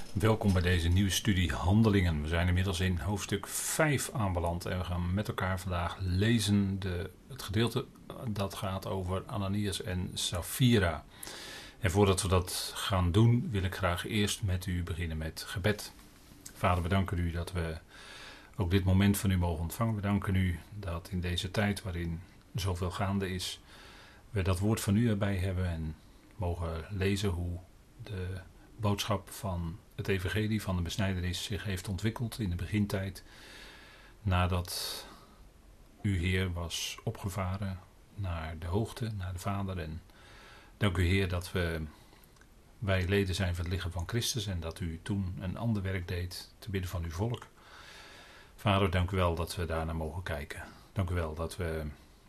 Welkom bij deze nieuwe studie Handelingen. We zijn inmiddels in hoofdstuk 5 aanbeland en we gaan met elkaar vandaag lezen het gedeelte dat gaat over Ananias en Safira. En voordat we dat gaan doen wil ik graag eerst met u beginnen met gebed. Vader, we danken u dat we ook dit moment van u mogen ontvangen. We danken u dat in deze tijd waarin zoveel gaande is, we dat woord van u erbij hebben en mogen lezen hoe de boodschap van het evangelie van de besnijdenis zich heeft ontwikkeld in de begintijd. Nadat uw Heer was opgevaren naar de hoogte, naar de Vader. En dank u Heer dat wij leden zijn van het lichaam van Christus en dat u toen een ander werk deed te midden van uw volk. Vader, dank u wel dat we daarnaar mogen kijken. Dank u wel dat we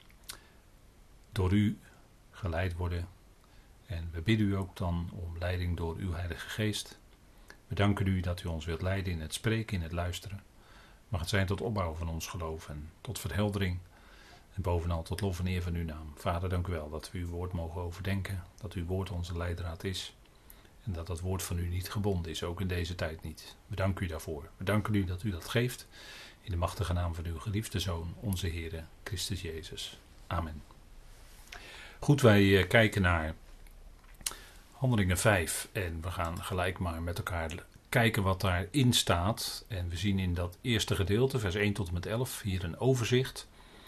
door u geleid worden. En we bidden u ook dan om leiding door uw Heilige Geest. We danken u dat u ons wilt leiden in het spreken, in het luisteren. Mag het zijn tot opbouw van ons geloof en tot verheldering. En bovenal tot lof en eer van uw naam. Vader, dank u wel dat we uw woord mogen overdenken. Dat uw woord onze leidraad is. En dat dat woord van u niet gebonden is, ook in deze tijd niet. We danken u daarvoor. We danken u dat u dat geeft. In de machtige naam van uw geliefde Zoon, onze Heere Christus Jezus. Amen. Goed, wij kijken naar Handelingen 5 en we gaan gelijk maar met elkaar kijken wat daarin staat. En we zien in dat eerste gedeelte, vers 1 tot en met 11, hier een overzicht.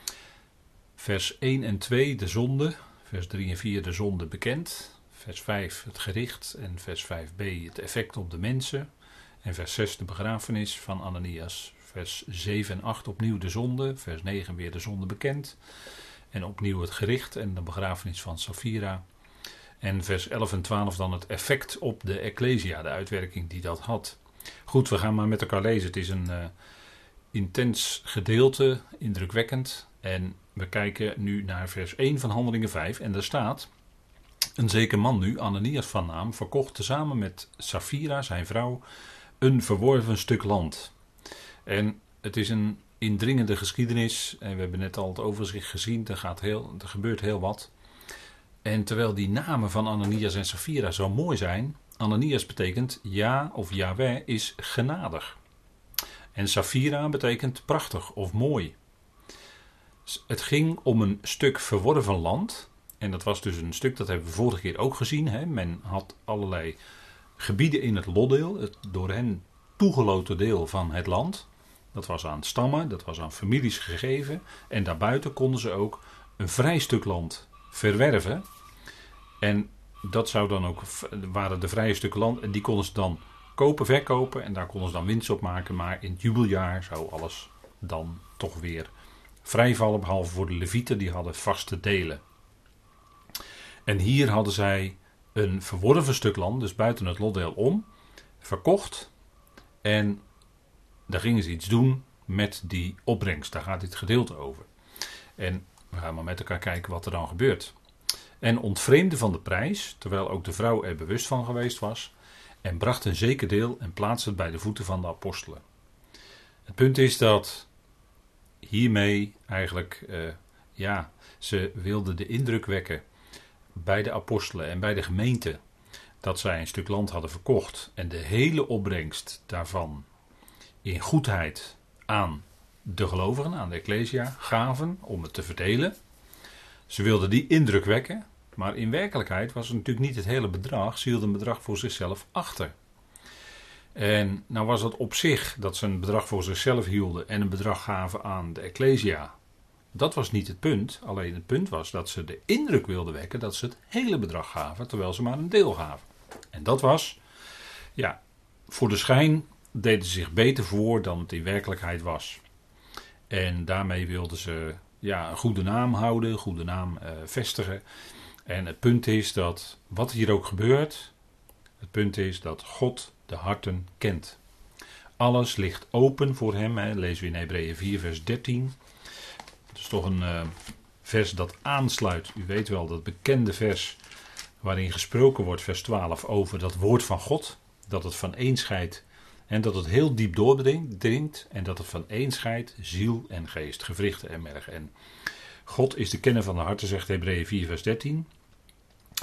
Vers 1 en 2 de zonde, vers 3 en 4 de zonde bekend. Vers 5 het gericht en vers 5b het effect op de mensen. En vers 6 de begrafenis van Ananias. Vers 7 en 8 opnieuw de zonde, vers 9 weer de zonde bekend. En opnieuw het gericht en de begrafenis van Safira. En vers 11 en 12 dan het effect op de Ecclesia, de uitwerking die dat had. Goed, we gaan maar met elkaar lezen. Het is een intens gedeelte, indrukwekkend. En we kijken nu naar vers 1 van Handelingen 5. En daar staat: een zeker man nu, Ananias van naam, verkocht tezamen met Safira, zijn vrouw, een verworven stuk land. En het is een indringende geschiedenis. En we hebben net al het overzicht gezien. Er gebeurt heel wat. En terwijl die namen van Ananias en Safira zo mooi zijn. Ananias betekent ja of Yahweh is genadig. En Safira betekent prachtig of mooi. Het ging om een stuk verworven land. En dat was dus een stuk, dat hebben we vorige keer ook gezien. Hè? Men had allerlei gebieden in het lotdeel. Het door hen toegeloten deel van het land. Dat was aan stammen, dat was aan families gegeven. En daarbuiten konden ze ook een vrij stuk land verwerven. En dat zou dan ook, waren de vrije stukken land. En die konden ze dan kopen, verkopen. En daar konden ze dan winst op maken. Maar in het jubeljaar zou alles dan toch weer vrijvallen. Behalve voor de levieten, die hadden vaste delen. En hier hadden zij een verworven stuk land, dus buiten het lotdeel om, verkocht. En daar gingen ze iets doen met die opbrengst. Daar gaat dit gedeelte over. En we gaan maar met elkaar kijken wat er dan gebeurt. En ontvreemde van de prijs, terwijl ook de vrouw er bewust van geweest was, en bracht een zeker deel en plaatste het bij de voeten van de apostelen. Het punt is dat hiermee eigenlijk, ze wilden de indruk wekken bij de apostelen en bij de gemeente dat zij een stuk land hadden verkocht en de hele opbrengst daarvan in goedheid aan de gelovigen, aan de Ecclesia, gaven om het te verdelen. Ze wilden die indruk wekken, maar in werkelijkheid was het natuurlijk niet het hele bedrag. Ze hielden een bedrag voor zichzelf achter. En nou was het op zich dat ze een bedrag voor zichzelf hielden en een bedrag gaven aan de Ecclesia. Dat was niet het punt, alleen het punt was dat ze de indruk wilden wekken dat ze het hele bedrag gaven, terwijl ze maar een deel gaven. En dat was, voor de schijn deden ze zich beter voor dan het in werkelijkheid was. En daarmee wilden ze een goede naam houden, een goede naam vestigen. En het punt is dat, wat hier ook gebeurt, het punt is dat God de harten kent. Alles ligt open voor hem, lezen we in Hebreeën 4 vers 13. Het is toch een vers dat aansluit, u weet wel, dat bekende vers waarin gesproken wordt, vers 12, over dat woord van God. Dat het van één scheidt en dat het heel diep doordringt en dat het van één scheidt, ziel en geest, gewrichten en merg. En God is de kenner van de harten, zegt Hebreeën 4 vers 13.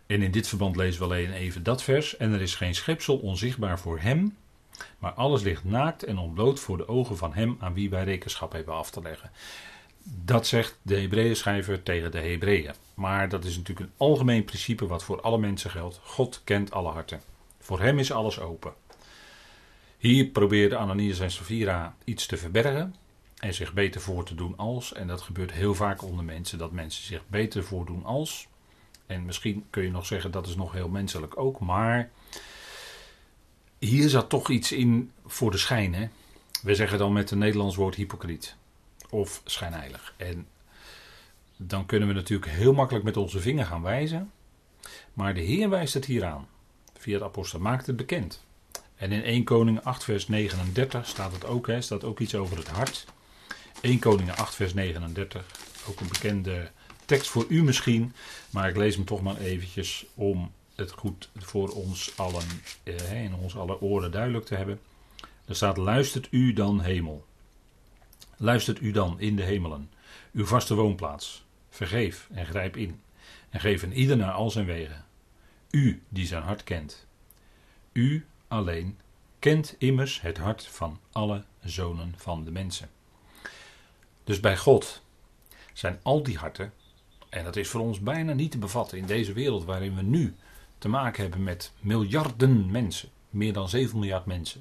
En in dit verband lezen we alleen even dat vers. En er is geen schepsel onzichtbaar voor hem, maar alles ligt naakt en ontbloot voor de ogen van hem aan wie wij rekenschap hebben af te leggen. Dat zegt de Hebreeënschrijver tegen de Hebreeën. Maar dat is natuurlijk een algemeen principe wat voor alle mensen geldt. God kent alle harten. Voor hem is alles open. Hier probeerden Ananias en Safira iets te verbergen en zich beter voor te doen als. En dat gebeurt heel vaak onder mensen, dat mensen zich beter voordoen als. En misschien kun je nog zeggen dat is nog heel menselijk ook, maar hier zat toch iets in voor de schijn. Hè? We zeggen dan met het Nederlands woord hypocriet of schijnheilig. En dan kunnen we natuurlijk heel makkelijk met onze vinger gaan wijzen. Maar de Heer wijst het hier aan. Via de apostel maakt het bekend. En in 1 Koningen 8 vers 39 staat het ook. Hè, staat ook iets over het hart. 1 Koningen 8 vers 39. Ook een bekende tekst voor u misschien. Maar ik lees hem toch maar eventjes om het goed voor ons allen in ons alle oren duidelijk te hebben. Er staat: luistert u dan hemel. Luistert u dan in de hemelen. Uw vaste woonplaats. Vergeef en grijp in. En geef een ieder naar al zijn wegen. U die zijn hart kent. U alleen kent immers het hart van alle zonen van de mensen. Dus bij God zijn al die harten, en dat is voor ons bijna niet te bevatten in deze wereld waarin we nu te maken hebben met miljarden mensen, meer dan 7 miljard mensen.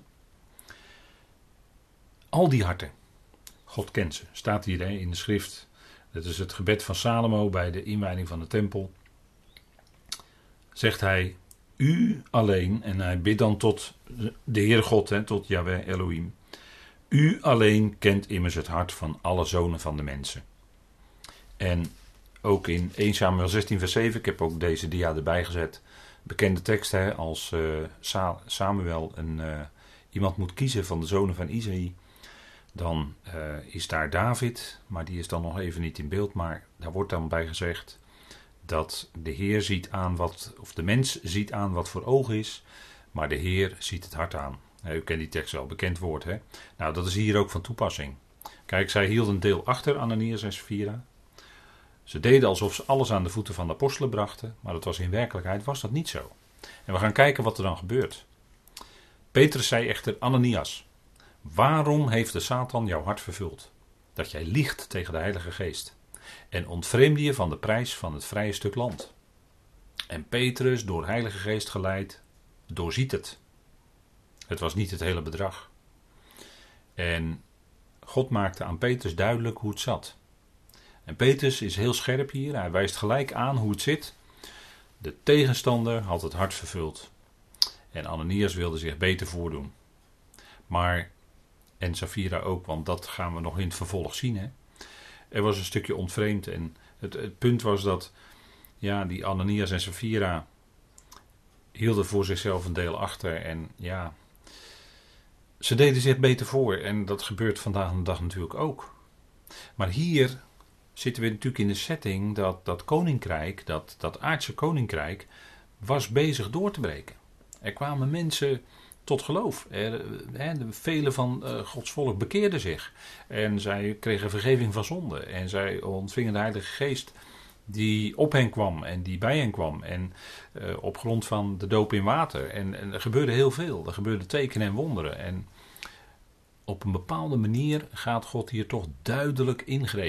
Al die harten, God kent ze, staat hier in de schrift. Dat is het gebed van Salomo bij de inwijding van de tempel. Zegt hij: u alleen, en hij bidt dan tot de Heer God, tot Yahweh Elohim. U alleen kent immers het hart van alle zonen van de mensen. En ook in 1 Samuel 16 vers 7, ik heb ook deze dia erbij gezet. Bekende tekst, als Samuel iemand moet kiezen van de zonen van Isaï. Dan is daar David, maar die is dan nog even niet in beeld. Maar daar wordt dan bij gezegd dat de Heer ziet aan of de mens ziet aan wat voor ogen is, maar de Heer ziet het hart aan. U kent die tekst wel, bekend woord. Hè? Nou, dat is hier ook van toepassing. Kijk, zij hielden een deel achter, Ananias en Safira. Ze deden alsof ze alles aan de voeten van de apostelen brachten, maar dat was in werkelijkheid was dat niet zo. En we gaan kijken wat er dan gebeurt. Petrus zei echter: Ananias, waarom heeft de Satan jouw hart vervuld, dat jij liegt tegen de Heilige Geest en ontvreemde je van de prijs van het vrije stuk land? En Petrus, door de Heilige Geest geleid, doorziet het. Het was niet het hele bedrag. En God maakte aan Petrus duidelijk hoe het zat. En Petrus is heel scherp hier. Hij wijst gelijk aan hoe het zit. De tegenstander had het hart vervuld. En Ananias wilde zich beter voordoen. Maar, en Safira ook, want dat gaan we nog in het vervolg zien. Hè? Er was een stukje ontvreemd. En het punt was dat die Ananias en Safira hielden voor zichzelf een deel achter. En ze deden zich beter voor. En dat gebeurt vandaag de dag natuurlijk ook. Maar hier zitten we natuurlijk in de setting dat koninkrijk, dat aardse koninkrijk, was bezig door te breken. Er kwamen mensen tot geloof. Velen van Gods volk bekeerden zich. En zij kregen vergeving van zonde. En zij ontvingen de Heilige Geest die op hen kwam en die bij hen kwam. En op grond van de doop in water. En er gebeurde heel veel. Er gebeurden tekenen en wonderen. En op een bepaalde manier gaat God hier toch duidelijk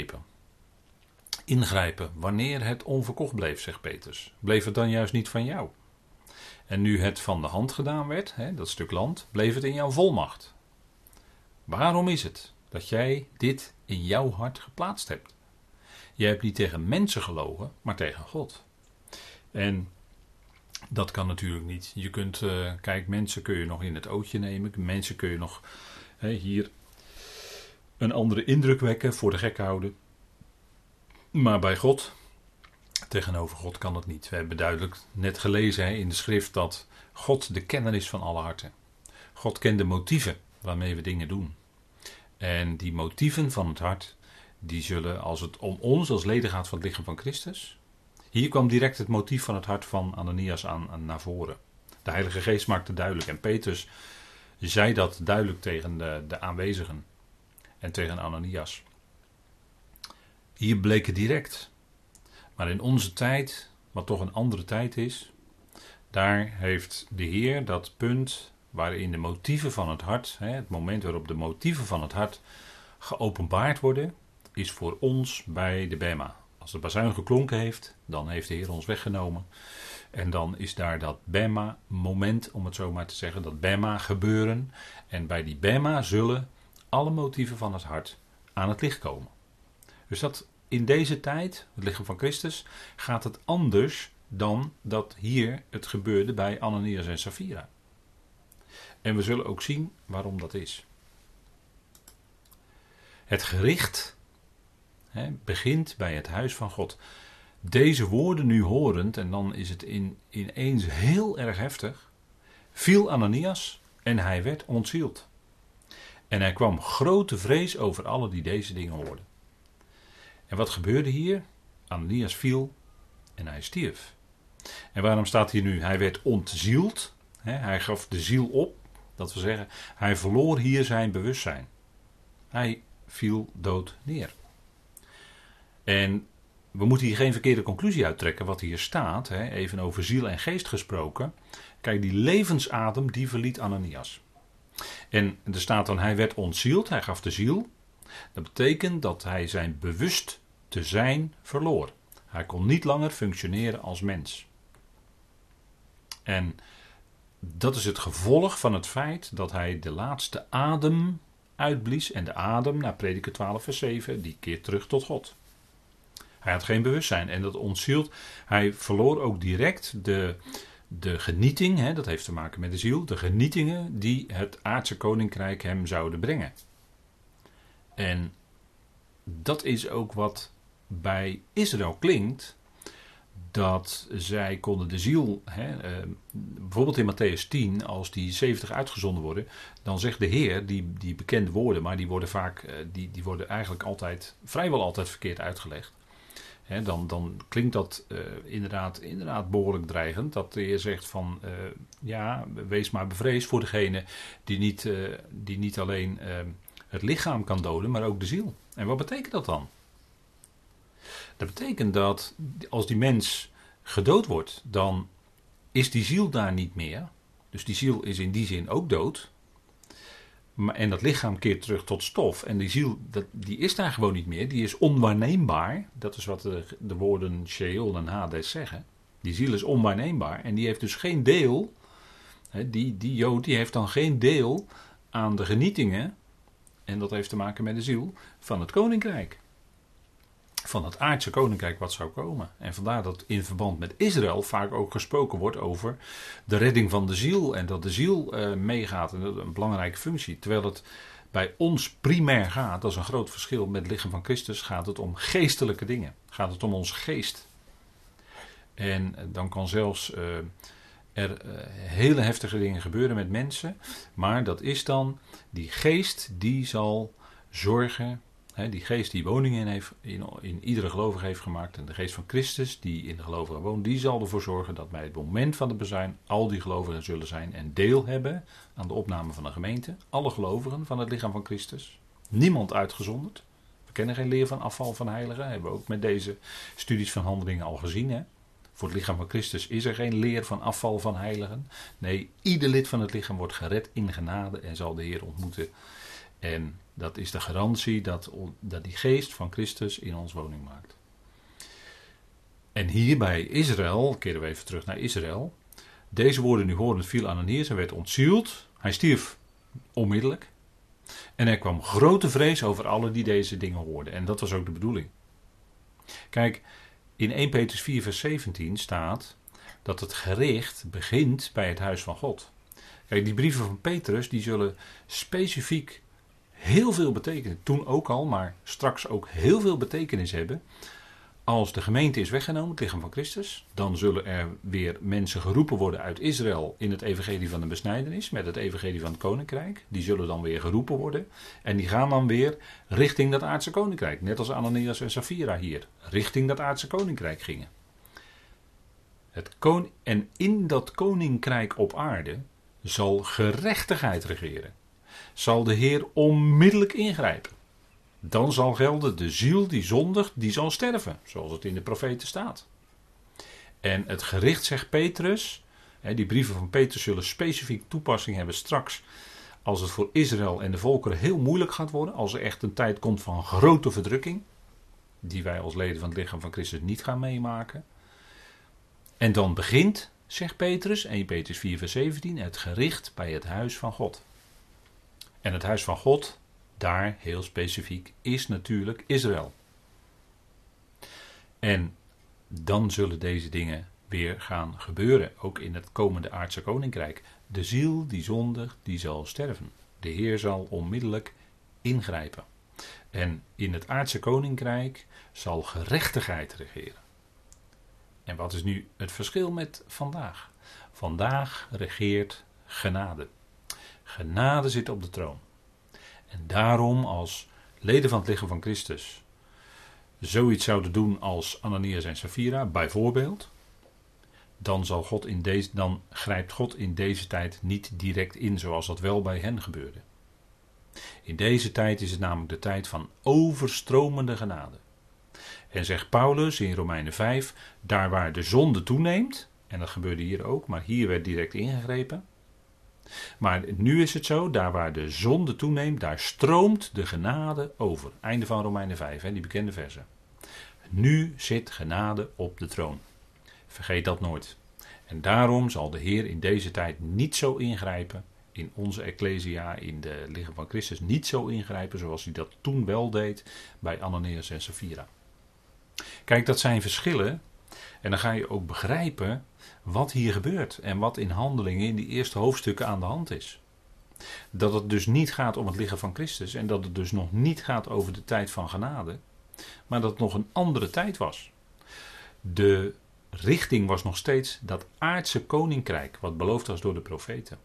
ingrijpen wanneer het onverkocht bleef, zegt Petrus. Bleef het dan juist niet van jou? En nu het van de hand gedaan werd, dat stuk land, bleef het in jouw volmacht. Waarom is het dat jij dit in jouw hart geplaatst hebt? Jij hebt niet tegen mensen gelogen, maar tegen God. En dat kan natuurlijk niet. Je kunt, mensen kun je nog in het ootje nemen. Mensen kun je nog hier een andere indruk wekken, voor de gek houden. Maar bij God, tegenover God kan het niet. We hebben duidelijk net gelezen in de schrift dat God de kenner is van alle harten. God kent de motieven waarmee we dingen doen. En die motieven van het hart, die zullen, als het om ons als leden gaat van het lichaam van Christus. Hier kwam direct het motief van het hart van Ananias aan naar voren. De Heilige Geest maakte duidelijk. En Petrus zei dat duidelijk tegen de aanwezigen. En tegen Ananias. Hier bleek het direct. Maar in onze tijd wat toch een andere tijd is. Daar heeft de Heer dat punt waarin de motieven van het hart, het moment waarop de motieven van het hart geopenbaard worden, is voor ons bij de Bema. Als de bazuin geklonken heeft, dan heeft de Heer ons weggenomen. En dan is daar dat Bema moment, om het zo maar te zeggen, dat Bema gebeuren. En bij die Bema zullen alle motieven van het hart aan het licht komen. Dus dat in deze tijd, het lichaam van Christus, gaat het anders dan dat hier het gebeurde bij Ananias en Safira. En we zullen ook zien waarom dat is. Het gericht begint bij het huis van God. Deze woorden nu horend, en dan is het ineens heel erg heftig, viel Ananias en hij werd ontzield. En er kwam grote vrees over alle die deze dingen hoorden. En wat gebeurde hier? Ananias viel en hij stierf. En waarom staat hier nu? Hij werd ontzield. Hij gaf de ziel op. Dat wil zeggen, hij verloor hier zijn bewustzijn. Hij viel dood neer. En we moeten hier geen verkeerde conclusie uittrekken wat hier staat. Even over ziel en geest gesproken. Kijk, die levensadem die verliet Ananias. En er staat dan, hij werd ontzield, hij gaf de ziel. Dat betekent dat hij zijn bewust te zijn verloor. Hij kon niet langer functioneren als mens. En dat is het gevolg van het feit dat hij de laatste adem uitblies. En de adem, naar Prediker 12 vers 7, die keert terug tot God. Hij had geen bewustzijn en dat ontzield. Hij verloor ook direct de genieting, dat heeft te maken met de ziel. De genietingen die het aardse koninkrijk hem zouden brengen. En dat is ook wat bij Israël klinkt. Dat zij konden de ziel, bijvoorbeeld in Matthäus 10, als die 70 uitgezonden worden, dan zegt de Heer, die bekende woorden, maar die worden vaak, die worden eigenlijk vrijwel altijd verkeerd uitgelegd. Dan klinkt dat inderdaad behoorlijk dreigend. Dat de Heer zegt van, wees maar bevreesd voor degene die niet alleen het lichaam kan doden, maar ook de ziel. En wat betekent dat dan? Dat betekent dat als die mens gedood wordt, dan is die ziel daar niet meer. Dus die ziel is in die zin ook dood. En dat lichaam keert terug tot stof. En die ziel, die is daar gewoon niet meer. Die is onwaarneembaar. Dat is wat de woorden Sheol en Hades zeggen. Die ziel is onwaarneembaar. En die heeft dus geen deel. Die Jood die heeft dan geen deel aan de genietingen. En dat heeft te maken met de ziel van het koninkrijk. Van het aardse koninkrijk wat zou komen. En vandaar dat in verband met Israël vaak ook gesproken wordt over de redding van de ziel. En dat de ziel meegaat. En dat is een belangrijke functie. Terwijl het bij ons primair gaat, dat is een groot verschil met het lichaam van Christus, gaat het om geestelijke dingen. Gaat het om ons geest. En dan kan zelfs hele heftige dingen gebeuren met mensen. Maar dat is dan die geest die zal zorgen. Die geest die woning in iedere gelovige heeft gemaakt. En de geest van Christus die in de gelovigen woont. Die zal ervoor zorgen dat bij het moment van de bezuin al die gelovigen zullen zijn. En deel hebben aan de opname van de gemeente. Alle gelovigen van het lichaam van Christus. Niemand uitgezonderd. We kennen geen leer van afval van heiligen. Hebben we ook met deze studies van handelingen al gezien. Voor het lichaam van Christus is er geen leer van afval van heiligen. Nee, ieder lid van het lichaam wordt gered in genade en zal de Heer ontmoeten. En dat is de garantie dat die geest van Christus in ons woning maakt. En hier bij Israël, keren we even terug naar Israël. Deze woorden nu horend viel Ananias en werd ontzield. Hij stierf onmiddellijk. En er kwam grote vrees over alle die deze dingen hoorden. En dat was ook de bedoeling. Kijk, in 1 Petrus 4 vers 17 staat dat het gericht begint bij het huis van God. Kijk, die brieven van Petrus die zullen specifiek heel veel betekenen. Toen ook al, maar straks ook heel veel betekenis hebben. Als de gemeente is weggenomen, het lichaam van Christus, dan zullen er weer mensen geroepen worden uit Israël in het evangelie van de besnijdenis, met het evangelie van het koninkrijk. Die zullen dan weer geroepen worden en die gaan dan weer richting dat aardse koninkrijk. Net als Ananias en Safira hier, richting dat aardse koninkrijk gingen. En in dat koninkrijk op aarde zal gerechtigheid regeren. Zal de Heer onmiddellijk ingrijpen. Dan zal gelden, de ziel die zondigt, die zal sterven. Zoals het in de profeten staat. En het gericht, zegt Petrus, die brieven van Petrus zullen specifiek toepassing hebben straks als het voor Israël en de volkeren heel moeilijk gaat worden, als er echt een tijd komt van grote verdrukking, die wij als leden van het lichaam van Christus niet gaan meemaken. En dan begint, zegt Petrus, 1 Petrus 4 vers 17, het gericht bij het huis van God. En het huis van God, daar heel specifiek, is natuurlijk Israël. En dan zullen deze dingen weer gaan gebeuren, ook in het komende aardse koninkrijk. De ziel die zondigt, die zal sterven. De Heer zal onmiddellijk ingrijpen. En in het aardse koninkrijk zal gerechtigheid regeren. En wat is nu het verschil met vandaag? Vandaag regeert genade. Genade zit op de troon. En daarom als leden van het lichaam van Christus zoiets zouden doen als Ananias en Safira, bijvoorbeeld, dan grijpt God in deze tijd niet direct in zoals dat wel bij hen gebeurde. In deze tijd is het namelijk de tijd van overstromende genade. En zegt Paulus in Romeinen 5, daar waar de zonde toeneemt, en dat gebeurde hier ook, maar hier werd direct ingegrepen. Maar nu is het zo, daar waar de zonde toeneemt, daar stroomt de genade over. Einde van Romeinen 5, die bekende verse. Nu zit genade op de troon. Vergeet dat nooit. En daarom zal de Heer in deze tijd niet zo ingrijpen, in onze Ecclesia, in de lichaam van Christus, niet zo ingrijpen zoals hij dat toen wel deed bij Ananias en Safira. Kijk, dat zijn verschillen. En dan ga je ook begrijpen wat hier gebeurt en wat in Handelingen in die eerste hoofdstukken aan de hand is. Dat het dus niet gaat om het lichaam van Christus en dat het dus nog niet gaat over de tijd van genade, maar dat het nog een andere tijd was. De richting was nog steeds dat aardse koninkrijk wat beloofd was door de profeten.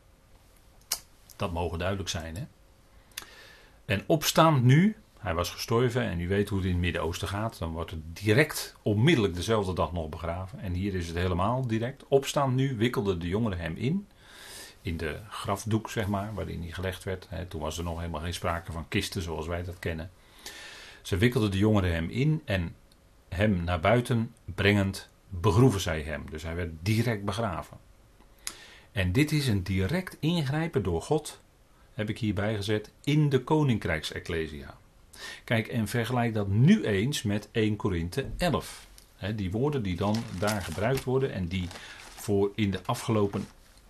Dat mogen duidelijk zijn, hè? En opstaand nu, hij was gestorven en u weet hoe het in het Midden-Oosten gaat, dan wordt het direct, onmiddellijk dezelfde dag nog begraven. En hier is het helemaal direct. Opstaand nu wikkelden de jongeren hem in de grafdoek, zeg maar, waarin hij gelegd werd. Toen was er nog helemaal geen sprake van kisten zoals wij dat kennen. Ze wikkelden de jongeren hem in en hem naar buiten brengend begroeven zij hem. Dus hij werd direct begraven. En dit is een direct ingrijpen door God, heb ik hierbij gezet, in de koninkrijksecclesia. Kijk, en vergelijk dat nu eens met 1 Korinthe 11. Die woorden die dan daar gebruikt worden en die voor in de afgelopen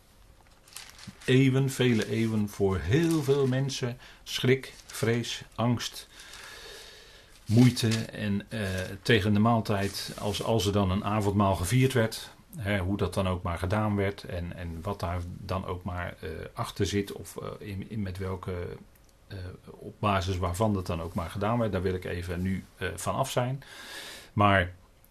eeuwen, vele eeuwen, voor heel veel mensen schrik, vrees, angst, moeite en tegen de maaltijd, als er dan een avondmaal gevierd werd, hoe dat dan ook maar gedaan werd en wat daar dan ook maar achter zit of met welke op basis waarvan dat dan ook maar gedaan werd, daar wil ik even nu van af zijn. Maar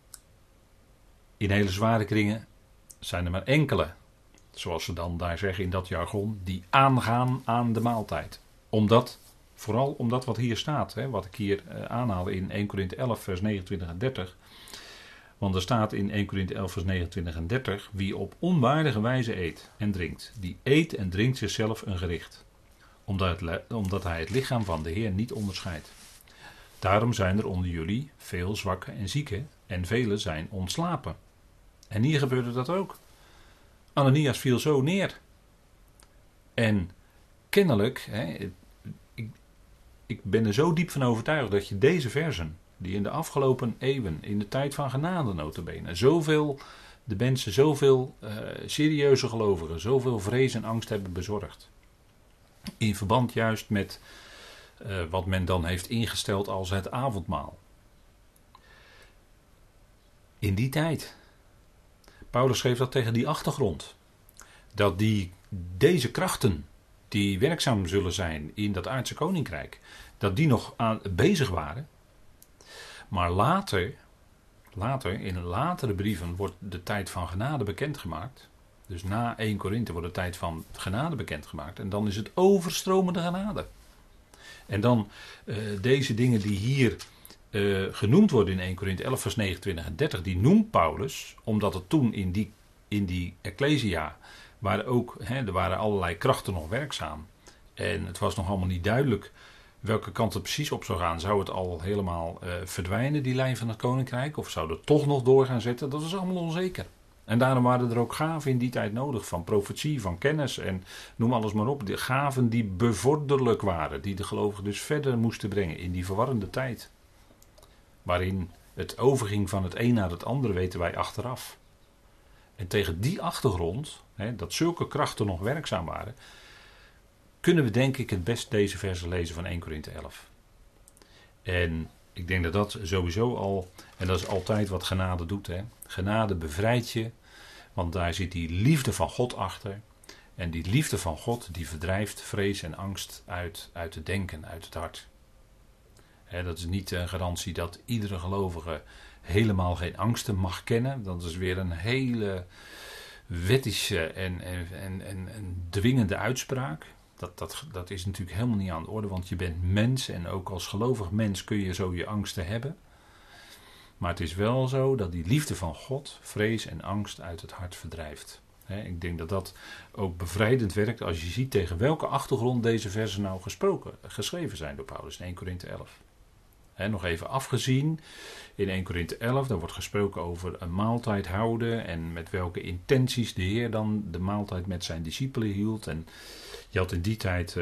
in hele zware kringen zijn er maar enkele, zoals ze dan daar zeggen in dat jargon, die aangaan aan de maaltijd. Vooral omdat wat hier staat, wat ik hier aanhaal in 1 Korinthe 11 vers 29 en 30. Want er staat in 1 Korinthe 11 vers 29 en 30, wie op onwaardige wijze eet en drinkt, die eet en drinkt zichzelf een gericht. Omdat hij het lichaam van de Heer niet onderscheidt. Daarom zijn er onder jullie veel zwakken en zieken en velen zijn ontslapen. En hier gebeurde dat ook. Ananias viel zo neer. En kennelijk, ik ben er zo diep van overtuigd dat je deze versen, die in de afgelopen eeuwen, in de tijd van genade notabene, zoveel de mensen, zoveel serieuze gelovigen, zoveel vrees en angst hebben bezorgd. In verband juist met wat men dan heeft ingesteld als het avondmaal. In die tijd. Paulus schreef dat tegen die achtergrond. Dat deze krachten die werkzaam zullen zijn in dat aardse koninkrijk, dat die nog bezig waren. Maar later, in latere brieven wordt de tijd van genade bekendgemaakt. Dus na 1 Korinthe wordt de tijd van genade bekendgemaakt. En dan is het overstromende genade. En dan deze dingen die hier genoemd worden in 1 Korinthe 11 vers 29 en 30. Die noemt Paulus, omdat het toen in die Ecclesia er waren allerlei krachten nog werkzaam. En het was nog allemaal niet duidelijk welke kant het precies op zou gaan. Zou het al helemaal verdwijnen, die lijn van het koninkrijk? Of zou het toch nog door gaan zetten? Dat was allemaal onzeker. En daarom waren er ook gaven in die tijd nodig. Van profetie, van kennis en noem alles maar op. De gaven die bevorderlijk waren. Die de gelovigen dus verder moesten brengen in die verwarrende tijd. Waarin het overging van het een naar het andere weten wij achteraf. En tegen die achtergrond, dat zulke krachten nog werkzaam waren, kunnen we denk ik het best deze versen lezen van 1 Korinthe 11. En ik denk dat dat sowieso al, en dat is altijd wat genade doet. Genade bevrijdt je, want daar zit die liefde van God achter. En die liefde van God die verdrijft vrees en angst uit het denken, uit het hart. Dat is niet een garantie dat iedere gelovige helemaal geen angsten mag kennen. Dat is weer een hele wettische en dwingende uitspraak. Dat is natuurlijk helemaal niet aan de orde, want je bent mens en ook als gelovig mens kun je zo je angsten hebben. Maar het is wel zo dat die liefde van God vrees en angst uit het hart verdrijft. Ik denk dat dat ook bevrijdend werkt als je ziet tegen welke achtergrond deze versen nou geschreven zijn door Paulus in 1 Korinthe 11. Nog even afgezien, in 1 Korinthe 11, daar wordt gesproken over een maaltijd houden en met welke intenties de Heer dan de maaltijd met zijn discipelen hield. En je had in die tijd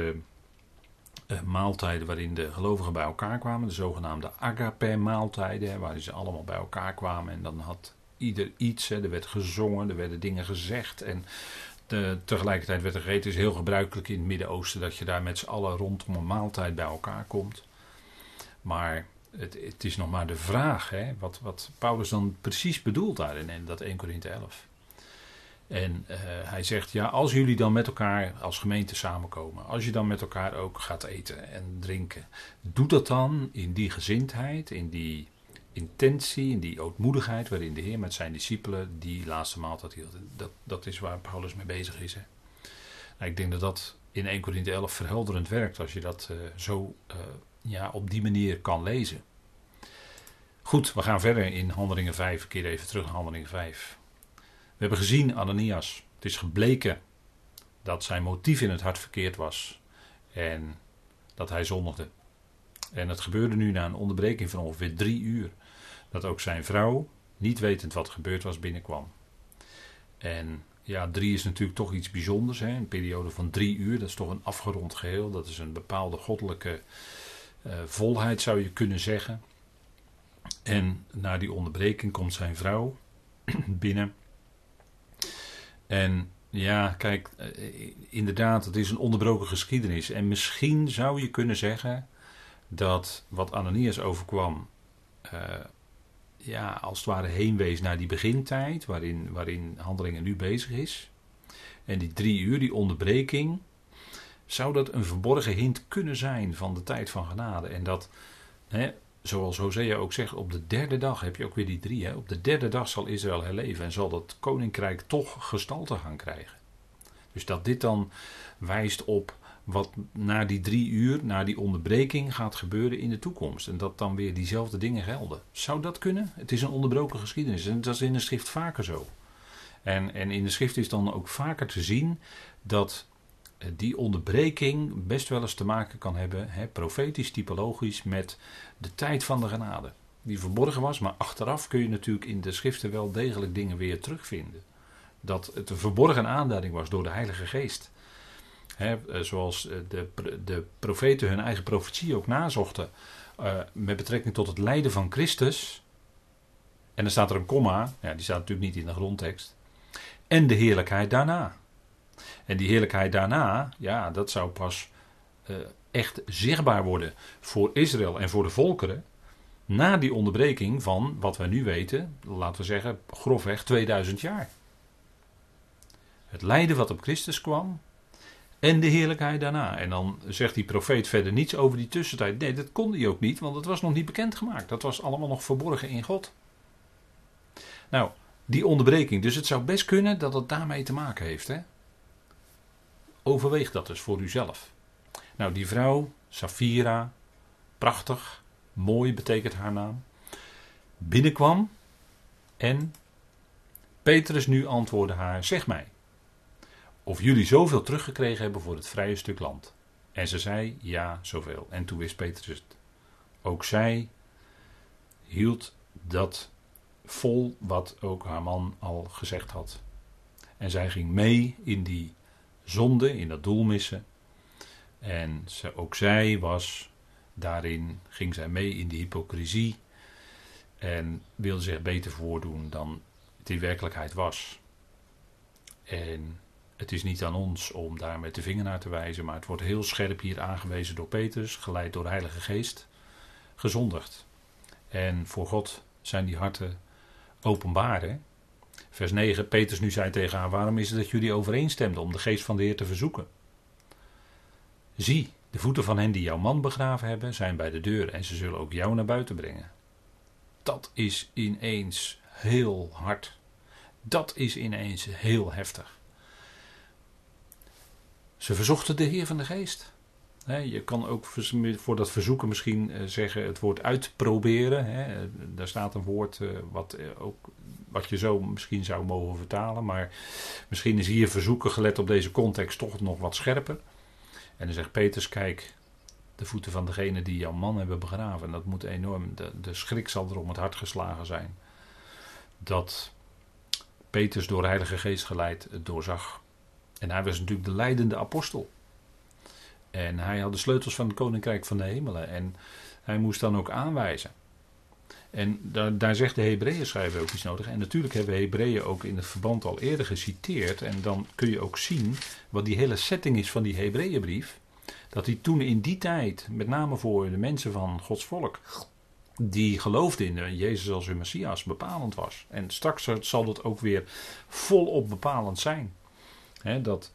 maaltijden waarin de gelovigen bij elkaar kwamen, de zogenaamde agape-maaltijden, waarin ze allemaal bij elkaar kwamen en dan had ieder iets, er werd gezongen, er werden dingen gezegd en tegelijkertijd werd er gegeten. Het is heel gebruikelijk in het Midden-Oosten dat je daar met z'n allen rondom een maaltijd bij elkaar komt. Maar het is nog maar de vraag, wat Paulus dan precies bedoelt daarin in dat 1 Korinthe 11. En hij zegt, ja, als jullie dan met elkaar als gemeente samenkomen, als je dan met elkaar ook gaat eten en drinken, doe dat dan in die gezindheid, in die intentie, in die ootmoedigheid waarin de Heer met zijn discipelen die laatste maaltijd hield. Dat is waar Paulus mee bezig is. Nou, ik denk dat dat in 1 Korinthe 11 verhelderend werkt als je dat zo op die manier kan lezen. Goed, we gaan verder in Handelingen 5. Ik keer even terug naar Handelingen 5. We hebben gezien Ananias. Het is gebleken dat zijn motief in het hart verkeerd was. En dat hij zondigde. En het gebeurde nu na een onderbreking van ongeveer 3 uur. Dat ook zijn vrouw, niet wetend wat gebeurd was, binnenkwam. En ja, 3 is natuurlijk toch iets bijzonders. Een periode van 3 uur, dat is toch een afgerond geheel. Dat is een bepaalde goddelijke volheid, zou je kunnen zeggen. En na die onderbreking komt zijn vrouw binnen. En ja, kijk, inderdaad, het is een onderbroken geschiedenis. En misschien zou je kunnen zeggen dat wat Ananias overkwam, als het ware heenwees naar die begintijd, waarin Handelingen nu bezig is. En die 3 uur, die onderbreking, zou dat een verborgen hint kunnen zijn van de tijd van genade. En dat, zoals Hosea ook zegt, op de 3e dag heb je ook weer die 3. Op de 3e dag zal Israël herleven en zal dat koninkrijk toch gestalte gaan krijgen. Dus dat dit dan wijst op wat na die 3 uur, na die onderbreking gaat gebeuren in de toekomst. En dat dan weer diezelfde dingen gelden. Zou dat kunnen? Het is een onderbroken geschiedenis en dat is in de schrift vaker zo. En in de schrift is dan ook vaker te zien dat die onderbreking best wel eens te maken kan hebben, profetisch, typologisch, met de tijd van de genade. Die verborgen was, maar achteraf kun je natuurlijk in de schriften wel degelijk dingen weer terugvinden. Dat het een verborgen aanduiding was door de Heilige Geest. Zoals de profeten hun eigen profetie ook nazochten met betrekking tot het lijden van Christus. En dan staat er een komma, die staat natuurlijk niet in de grondtekst. En de heerlijkheid daarna. En die heerlijkheid daarna, dat zou pas echt zichtbaar worden voor Israël en voor de volkeren. Na die onderbreking van wat wij nu weten, laten we zeggen grofweg 2000 jaar. Het lijden wat op Christus kwam en de heerlijkheid daarna. En dan zegt die profeet verder niets over die tussentijd. Nee, dat kon hij ook niet, want het was nog niet bekendgemaakt. Dat was allemaal nog verborgen in God. Nou, die onderbreking. Dus het zou best kunnen dat het daarmee te maken heeft. Overweeg dat dus voor uzelf. Nou, die vrouw, Safira, prachtig, mooi betekent haar naam, binnenkwam en Petrus nu antwoordde haar, zeg mij, of jullie zoveel teruggekregen hebben voor het vrije stuk land. En ze zei, ja, zoveel. En toen wist Petrus het. Ook zij hield dat vol wat ook haar man al gezegd had. En zij ging mee in die zonde, in dat doelmissen. En ook zij ging zij mee in die hypocrisie. En wilde zich beter voordoen dan het in werkelijkheid was. En het is niet aan ons om daar met de vinger naar te wijzen, maar het wordt heel scherp hier aangewezen door Petrus, geleid door de Heilige Geest, gezondigd. En voor God zijn die harten openbaar. Hè? Vers 9, Petrus nu zei tegen haar, waarom is het dat jullie overeenstemden om de geest van de Heer te verzoeken? Zie, de voeten van hen die jouw man begraven hebben, zijn bij de deur en ze zullen ook jou naar buiten brengen. Dat is ineens heel hard. Dat is ineens heel heftig. Ze verzochten de Heer van de Geest. Je kan ook voor dat verzoeken misschien zeggen het woord uitproberen. Daar staat een woord wat je zo misschien zou mogen vertalen. Maar misschien is hier verzoeken gelet op deze context toch nog wat scherper. En dan zegt Petrus, kijk, de voeten van degene die jouw man hebben begraven. En dat moet enorm, de schrik zal er om het hart geslagen zijn. Dat Petrus door de Heilige Geest geleid het doorzag. En hij was natuurlijk de leidende apostel. En hij had de sleutels van het koninkrijk van de hemelen. En hij moest dan ook aanwijzen. En daar zegt de Hebreeën schrijver ook iets nodig. En natuurlijk hebben we Hebreeën ook in het verband al eerder geciteerd. En dan kun je ook zien wat die hele setting is van die Hebreeënbrief. Dat die toen in die tijd, met name voor de mensen van Gods volk, die geloofden in Jezus als hun Messias, bepalend was. En straks zal dat ook weer volop bepalend zijn. Dat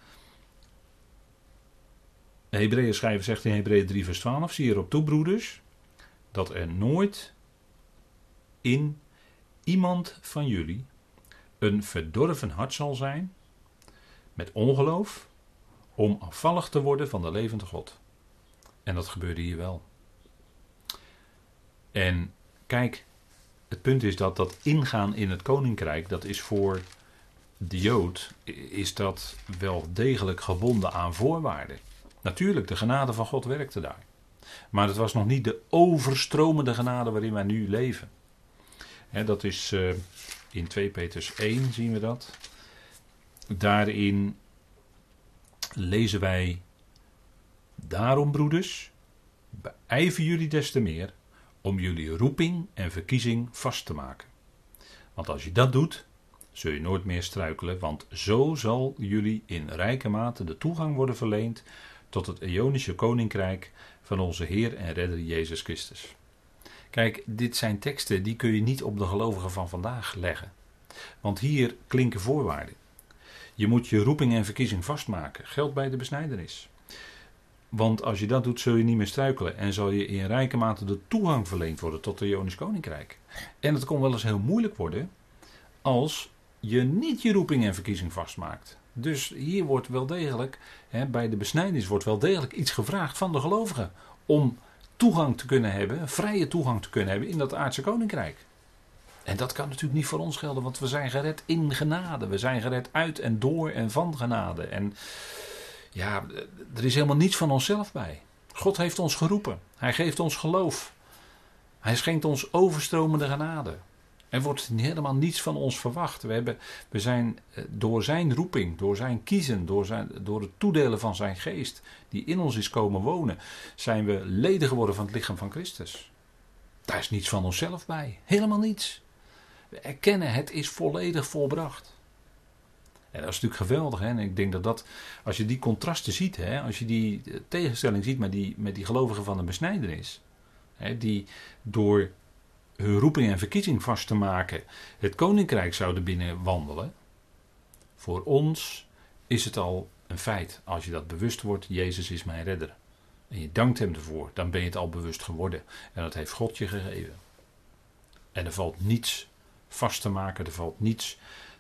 de Hebreeën schrijver zegt in Hebreeën 3 vers 12, zie erop toe broeders, dat er nooit in iemand van jullie een verdorven hart zal zijn, met ongeloof, om afvallig te worden van de levende God. En dat gebeurde hier wel. En kijk, het punt is dat ingaan in het koninkrijk, dat is voor de Jood, is dat wel degelijk gebonden aan voorwaarden. Natuurlijk, de genade van God werkte daar. Maar het was nog niet de overstromende genade waarin wij nu leven. Dat is in 2 Petrus 1 zien we dat. Daarin lezen wij, daarom broeders, beijver jullie des te meer om jullie roeping en verkiezing vast te maken. Want als je dat doet, zul je nooit meer struikelen, want zo zal jullie in rijke mate de toegang worden verleend tot het eonische koninkrijk van onze Heer en Redder Jezus Christus. Kijk, dit zijn teksten die kun je niet op de gelovigen van vandaag leggen. Want hier klinken voorwaarden. Je moet je roeping en verkiezing vastmaken. Geldt bij de besnijdenis. Want als je dat doet, zul je niet meer struikelen. En zal je in rijke mate de toegang verleend worden tot het Eonisch Koninkrijk. En het kon wel eens heel moeilijk worden als je niet je roeping en verkiezing vastmaakt. Dus hier wordt wel degelijk, bij de besnijdenis wordt wel degelijk iets gevraagd van de gelovigen. Om toegang te kunnen hebben, vrije toegang te kunnen hebben in dat aardse koninkrijk. En dat kan natuurlijk niet voor ons gelden, want we zijn gered in genade. We zijn gered uit en door en van genade. En ja, er is helemaal niets van onszelf bij. God heeft ons geroepen. Hij geeft ons geloof. Hij schenkt ons overstromende genade. Er wordt helemaal niets van ons verwacht. We zijn door zijn roeping, door zijn kiezen, door het toedelen van zijn geest, die in ons is komen wonen, zijn we leden geworden van het lichaam van Christus. Daar is niets van onszelf bij. Helemaal niets. We erkennen, het is volledig volbracht. En dat is natuurlijk geweldig. En ik denk dat als je die contrasten ziet, als je die tegenstelling ziet met die gelovigen van de besnijdenis, die door hun roeping en verkiezing vast te maken het koninkrijk zouden binnenwandelen. Voor ons is het al een feit. Als je dat bewust wordt, Jezus is mijn redder. En je dankt hem ervoor, dan ben je het al bewust geworden. En dat heeft God je gegeven. En er valt niets vast te maken, er valt niets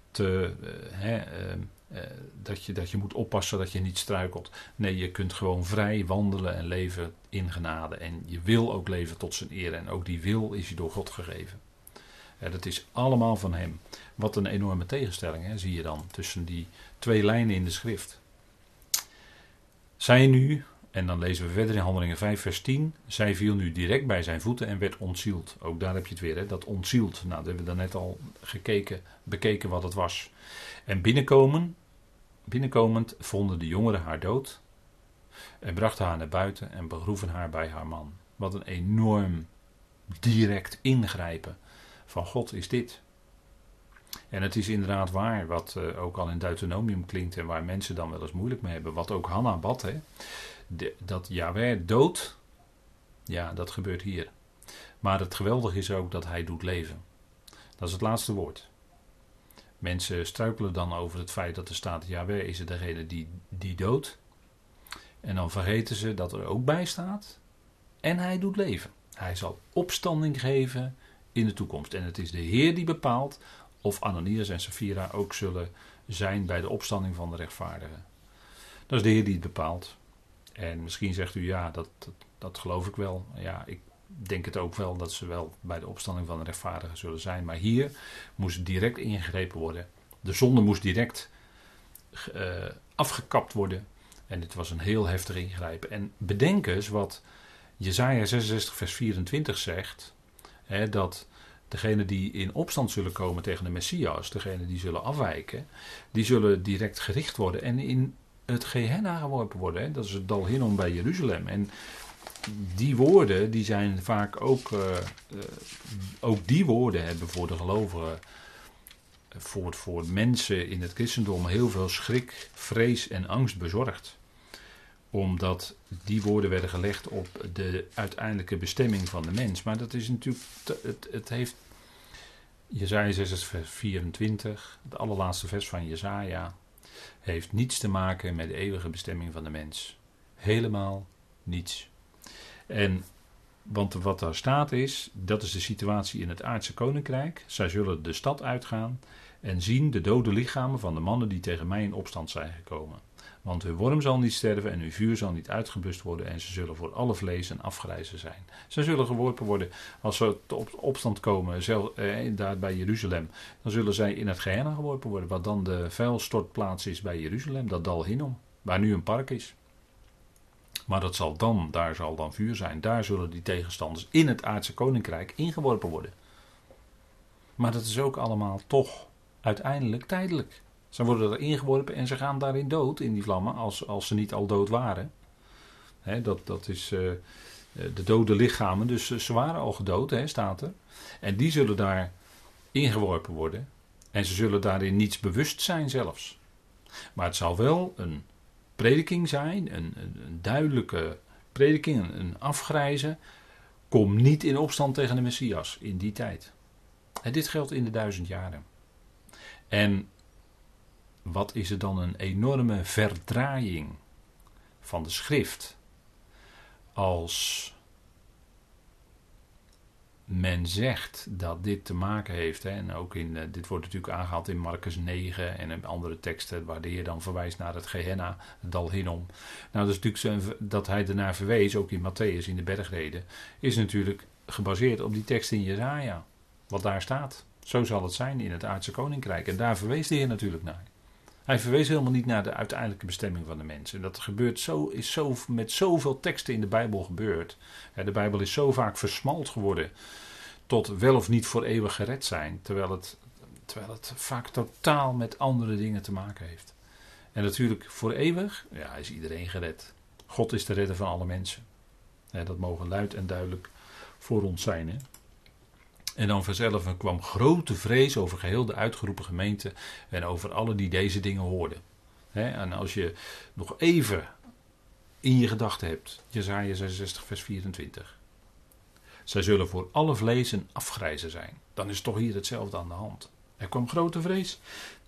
dat je moet oppassen dat je niet struikelt. Nee, je kunt gewoon vrij wandelen en leven in genade. En je wil ook leven tot zijn eer. En ook die wil is je door God gegeven. Dat is allemaal van hem. Wat een enorme tegenstelling, zie je dan tussen die twee lijnen in de schrift. Zij nu, En dan lezen we verder in Handelingen 5 vers 10. Zij viel nu direct bij zijn voeten en werd ontzield. Ook daar heb je het weer, hè? Dat ontzield. Nou, dat hebben we dan net al bekeken wat het was. En binnenkomend vonden de jongeren haar dood. En brachten haar naar buiten en begroeven haar bij haar man. Wat een enorm direct ingrijpen van God is dit. En het is inderdaad waar, wat ook al in Deuteronomium klinkt en waar mensen dan wel eens moeilijk mee hebben. Wat ook Hanna bad, hè. Dat Yahweh dood, ja, dat gebeurt hier. Maar het geweldige is ook dat hij doet leven. Dat is het laatste woord. Mensen struikelen dan over het feit dat er staat, Yahweh is er degene die doodt. En dan vergeten ze dat er ook bij staat, en hij doet leven. Hij zal opstanding geven in de toekomst. En het is de Heer die bepaalt of Ananias en Safira ook zullen zijn bij de opstanding van de rechtvaardigen. Dat is de Heer die het bepaalt. En misschien zegt u, ja, dat geloof ik wel. Ja, ik denk het ook wel dat ze wel bij de opstanding van de rechtvaardigen zullen zijn. Maar hier moest direct ingegrepen worden. De zonde moest direct afgekapt worden. En dit was een heel heftig ingrijpen. En bedenk eens wat Jesaja 66 vers 24 zegt. Hè, dat degenen die in opstand zullen komen tegen de Messias, degenen die zullen afwijken, die zullen direct gericht worden en in het Gehenna geworpen worden. Hè. Dat is het dal Hinnom bij Jeruzalem. En die woorden, die zijn vaak ook die woorden hebben voor de gelovigen, voor mensen in het christendom heel veel schrik, vrees en angst bezorgd. Omdat die woorden werden gelegd op de uiteindelijke bestemming van de mens. Maar dat is natuurlijk, het heeft, Jesaja 6 vers 24, het allerlaatste vers van Jesaja, heeft niets te maken met de eeuwige bestemming van de mens. Helemaal niets. Want wat daar staat is, dat is de situatie in het aardse koninkrijk. Zij zullen de stad uitgaan en zien de dode lichamen van de mannen die tegen mij in opstand zijn gekomen. Want hun worm zal niet sterven en hun vuur zal niet uitgeblust worden en ze zullen voor alle vlees een afgrijzer zijn. Ze zullen geworpen worden als ze tot opstand komen, daar bij Jeruzalem. Dan zullen zij in het Gehenna geworpen worden, wat dan de vuilstortplaats is bij Jeruzalem, dat dal Hinnom, waar nu een park is. Maar daar zal dan vuur zijn. Daar zullen die tegenstanders in het aardse koninkrijk ingeworpen worden. Maar dat is ook allemaal toch uiteindelijk tijdelijk. Ze worden er ingeworpen en ze gaan daarin dood, in die vlammen, als ze niet al dood waren. Dat is de dode lichamen, dus ze waren al gedood, staat er. En die zullen daar ingeworpen worden. En ze zullen daarin niets bewust zijn zelfs. Maar het zal wel een prediking zijn, een duidelijke prediking, een afgrijzen. Kom niet in opstand tegen de Messias in die tijd. En dit geldt in de 1000 jaren. En wat is er dan een enorme verdraaiing van de schrift als men zegt dat dit te maken heeft, en ook dit wordt natuurlijk aangehaald in Marcus 9 en in andere teksten waar de Heer dan verwijst naar het Gehenna, het dal Hinnom. Nou, dat is natuurlijk dat hij ernaar verwees, ook in Matthäus in de bergreden, is natuurlijk gebaseerd op die tekst in Jesaja, wat daar staat. Zo zal het zijn in het aardse koninkrijk. En daar verwees de Heer natuurlijk naar. Hij verwees helemaal niet naar de uiteindelijke bestemming van de mens. En dat gebeurt met zoveel teksten in de Bijbel gebeurd. De Bijbel is zo vaak versmalt geworden tot wel of niet voor eeuwig gered zijn. Terwijl het vaak totaal met andere dingen te maken heeft. En natuurlijk voor eeuwig, ja, is iedereen gered. God is de redder van alle mensen. Dat mogen luid en duidelijk voor ons zijn, hè. En dan vanzelf kwam grote vrees over geheel de uitgeroepen gemeente en over alle die deze dingen hoorden. En als je nog even in je gedachten hebt, Jesaja 66 vers 24. Zij zullen voor alle vlees een afgrijzer zijn. Dan is toch hier hetzelfde aan de hand. Er kwam grote vrees.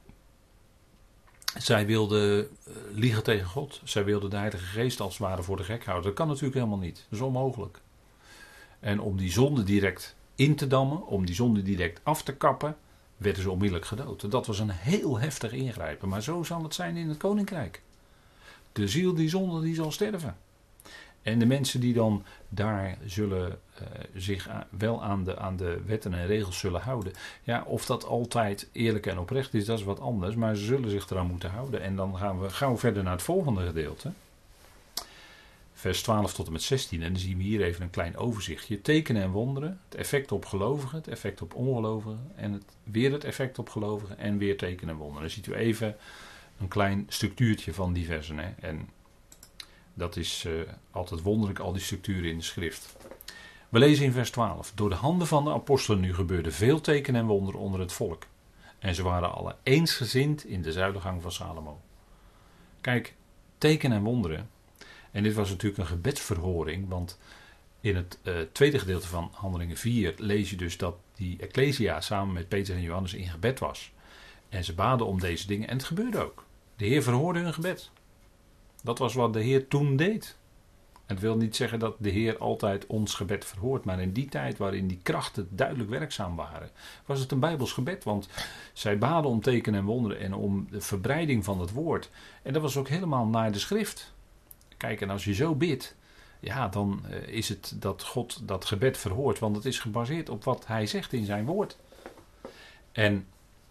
Zij wilden liegen tegen God. Zij wilden de Heilige Geest als het ware voor de gek houden. Dat kan natuurlijk helemaal niet. Dat is onmogelijk. En om die zonde direct in te dammen, om die zonde direct af te kappen, werden ze onmiddellijk gedood. Dat was een heel heftig ingrijpen, maar zo zal het zijn in het koninkrijk. De ziel die zonde, die zal sterven. En de mensen die dan daar zullen zich wel aan de wetten en regels zullen houden. Ja, of dat altijd eerlijk en oprecht is, dat is wat anders, maar ze zullen zich eraan moeten houden. En dan gaan we verder naar het volgende gedeelte. vers 12 tot en met 16. En dan zien we hier even een klein overzichtje. Tekenen en wonderen, het effect op gelovigen, het effect op ongelovigen en weer het effect op gelovigen en weer tekenen en wonderen. Dan ziet u even een klein structuurtje van die versen. Hè? En dat is altijd wonderlijk, al die structuren in de schrift. We lezen in vers 12. Door de handen van de apostelen nu gebeurde veel tekenen en wonderen onder het volk. En ze waren alle eensgezind in de zuilengang van Salomo. Kijk, tekenen en wonderen. En dit was natuurlijk een gebedsverhoring, want in het tweede gedeelte van Handelingen 4 lees je dus dat die Ecclesia samen met Petrus en Johannes in gebed was. En ze baden om deze dingen en het gebeurde ook. De Heer verhoorde hun gebed. Dat was wat de Heer toen deed. Het wil niet zeggen dat de Heer altijd ons gebed verhoort, maar in die tijd waarin die krachten duidelijk werkzaam waren, was het een Bijbels gebed, want zij baden om tekenen en wonderen en om de verbreiding van het woord. En dat was ook helemaal naar de schrift. Kijk, en als je zo bidt, ja, dan is het dat God dat gebed verhoort, want het is gebaseerd op wat hij zegt in zijn woord. En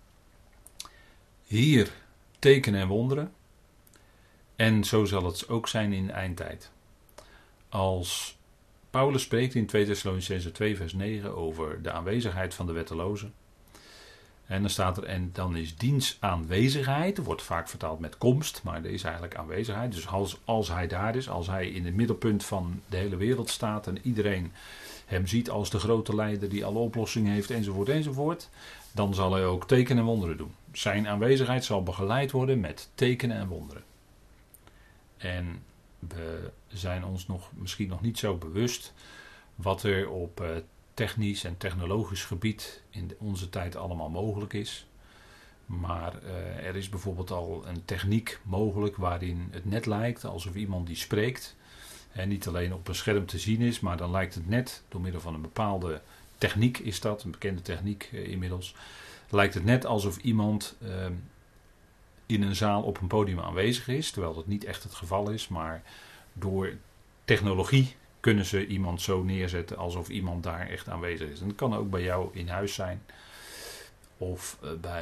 hier tekenen en wonderen. En zo zal het ook zijn in de eindtijd. Als Paulus spreekt in 2 Thessalonicenzen 2 vers 9 over de aanwezigheid van de wettelozen. En dan staat er, en dan is diens aanwezigheid, wordt vaak vertaald met komst, maar er is eigenlijk aanwezigheid. Dus als hij daar is, als hij in het middelpunt van de hele wereld staat en iedereen hem ziet als de grote leider die alle oplossingen heeft enzovoort enzovoort, dan zal hij ook tekenen en wonderen doen. Zijn aanwezigheid zal begeleid worden met tekenen en wonderen. En we zijn ons misschien nog niet zo bewust wat er op technisch en technologisch gebied in onze tijd allemaal mogelijk is. Maar er is bijvoorbeeld al een techniek mogelijk waarin het net lijkt alsof iemand die spreekt en niet alleen op een scherm te zien is, maar dan lijkt het net, door middel van een bepaalde techniek is dat, een bekende techniek inmiddels, lijkt het net alsof iemand in een zaal op een podium aanwezig is, terwijl dat niet echt het geval is, maar door technologie kunnen ze iemand zo neerzetten alsof iemand daar echt aanwezig is. En dat kan ook bij jou in huis zijn of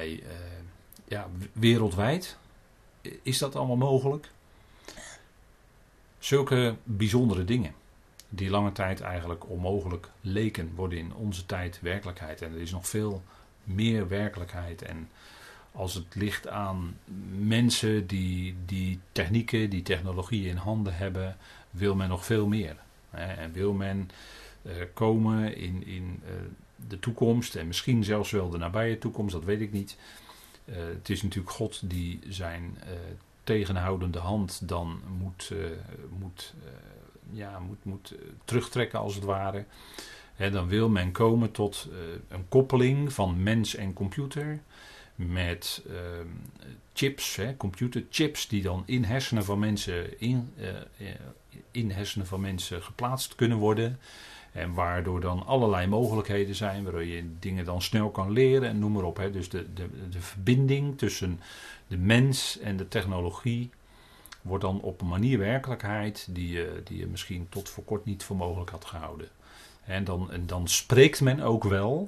wereldwijd is dat allemaal mogelijk. Zulke bijzondere dingen die lange tijd eigenlijk onmogelijk leken, worden in onze tijd werkelijkheid. En er is nog veel meer werkelijkheid. En als het ligt aan mensen die technieken, die technologieën in handen hebben, wil men nog veel meer. En wil men komen in de toekomst en misschien zelfs wel de nabije toekomst, dat weet ik niet. Het is natuurlijk God die zijn tegenhoudende hand dan moet terugtrekken als het ware. Dan wil men komen tot een koppeling van mens en computer met chips, computerchips die dan in hersenen van mensen geplaatst kunnen worden. En waardoor dan allerlei mogelijkheden zijn, waardoor je dingen dan snel kan leren en noem maar op. Dus de verbinding tussen de mens en de technologie wordt dan op een manier werkelijkheid die je misschien tot voor kort niet voor mogelijk had gehouden. En dan spreekt men ook wel,